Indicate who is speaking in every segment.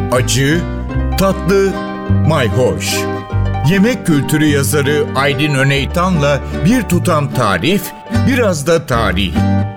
Speaker 1: acı, tatlı, mayhoş. Yemek kültürü yazarı Aydin Öneytan'la bir tutam tarif, biraz da tarih.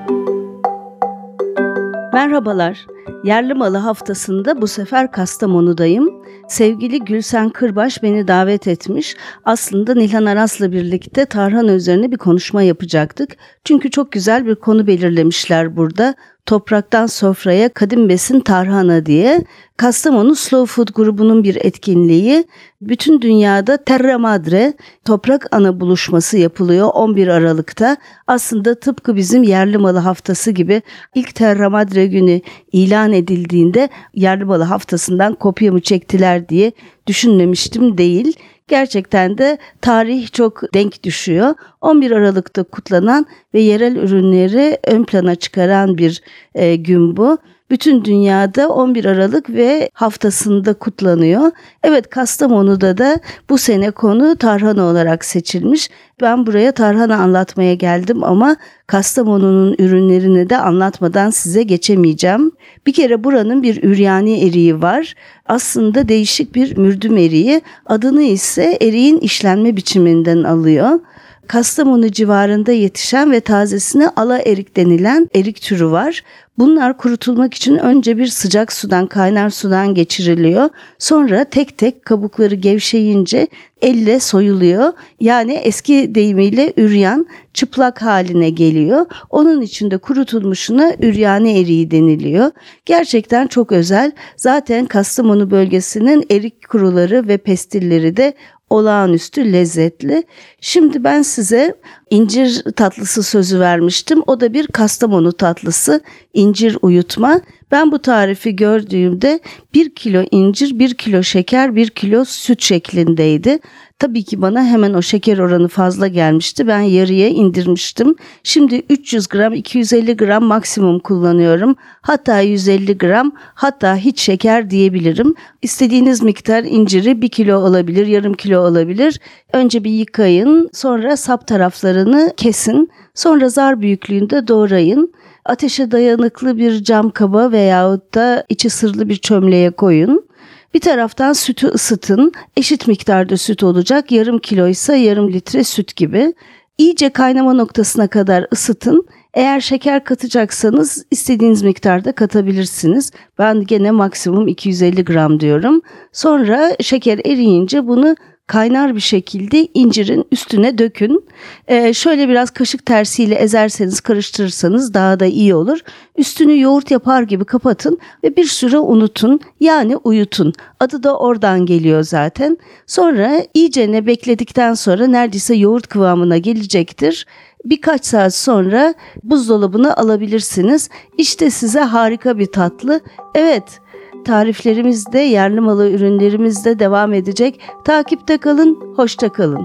Speaker 2: Merhabalar, Yerli Malı haftasında bu sefer Kastamonu'dayım. Sevgili Gülsen Kırbaş beni davet etmiş. Aslında Nilhan Aras'la birlikte tarhana üzerine bir konuşma yapacaktık. Çünkü çok güzel bir konu belirlemişler burada. Topraktan sofraya kadim besin tarhana diye. Kastamonu Slow Food grubunun bir etkinliği. Bütün dünyada Terra Madre, toprak ana buluşması yapılıyor 11 Aralık'ta. Aslında tıpkı bizim Yerli Malı haftası gibi ilk Terra Madre günü ilan edildiğinde Yerli Malı haftasından kopya mı çektiler diye düşünmemiştim, değil. Gerçekten de tarih çok denk düşüyor. 11 Aralık'ta kutlanan ve yerel ürünleri ön plana çıkaran bir gün bu. Bütün dünyada 11 Aralık ve haftasında kutlanıyor. Evet, Kastamonu'da da bu sene konu tarhana olarak seçilmiş. Ben buraya tarhana anlatmaya geldim ama Kastamonu'nun ürünlerini de anlatmadan size geçemeyeceğim. Bir kere buranın bir üryani eriği var. Aslında değişik bir mürdüm eriği. Adını ise eriğin işlenme biçiminden alıyor. Kastamonu civarında yetişen ve tazesine ala erik denilen erik türü var. Bunlar kurutulmak için önce bir sıcak sudan, kaynar sudan geçiriliyor. Sonra tek tek kabukları gevşeyince elle soyuluyor. Yani eski deyimiyle üryan, çıplak haline geliyor. Onun içinde kurutulmuşuna üryani eriği deniliyor. Gerçekten çok özel. Zaten Kastamonu bölgesinin erik kuruları ve pestilleri de olağanüstü lezzetli. Şimdi ben size incir tatlısı sözü vermiştim. O da bir Kastamonu tatlısı, incir uyutma. Ben bu tarifi gördüğümde 1 kilo incir, 1 kilo şeker, 1 kilo süt şeklindeydi. Tabii ki bana hemen o şeker oranı fazla gelmişti. Ben yarıya indirmiştim. Şimdi 300 gram, 250 gram maksimum kullanıyorum. Hatta 150 gram, hatta hiç şeker diyebilirim. İstediğiniz miktar inciri 1 kilo olabilir, yarım kilo olabilir. Önce bir yıkayın, sonra sap taraflarını kesin. Sonra zar büyüklüğünde doğrayın. Ateşe dayanıklı bir cam kaba veyahut da içi sırlı bir çömleğe koyun. Bir taraftan sütü ısıtın. Eşit miktarda süt olacak. Yarım kiloysa yarım litre süt gibi. İyice kaynama noktasına kadar ısıtın. Eğer şeker katacaksanız istediğiniz miktarda katabilirsiniz. Ben gene maksimum 250 gram diyorum. Sonra şeker eriyince bunu kaynar bir şekilde incirin üstüne dökün. Şöyle biraz kaşık tersiyle ezerseniz, karıştırırsanız daha da iyi olur. Üstünü yoğurt yapar gibi kapatın ve bir süre unutun, yani uyutun. Adı da oradan geliyor zaten. Sonra iyicene bekledikten sonra neredeyse yoğurt kıvamına gelecektir. Birkaç saat sonra buzdolabına alabilirsiniz. İşte size harika bir tatlı. Evet, tariflerimiz de, yerli malı ürünlerimiz de devam edecek. Takipte kalın, hoşça kalın.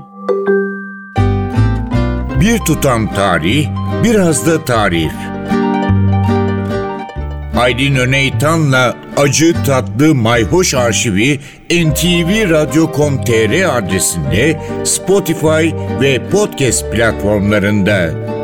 Speaker 1: Bir tutam tarih, biraz da tarif. Aydin Öneytan'la acı tatlı mayhoş arşivi ntvradio.com.tr adresinde, Spotify ve podcast platformlarında.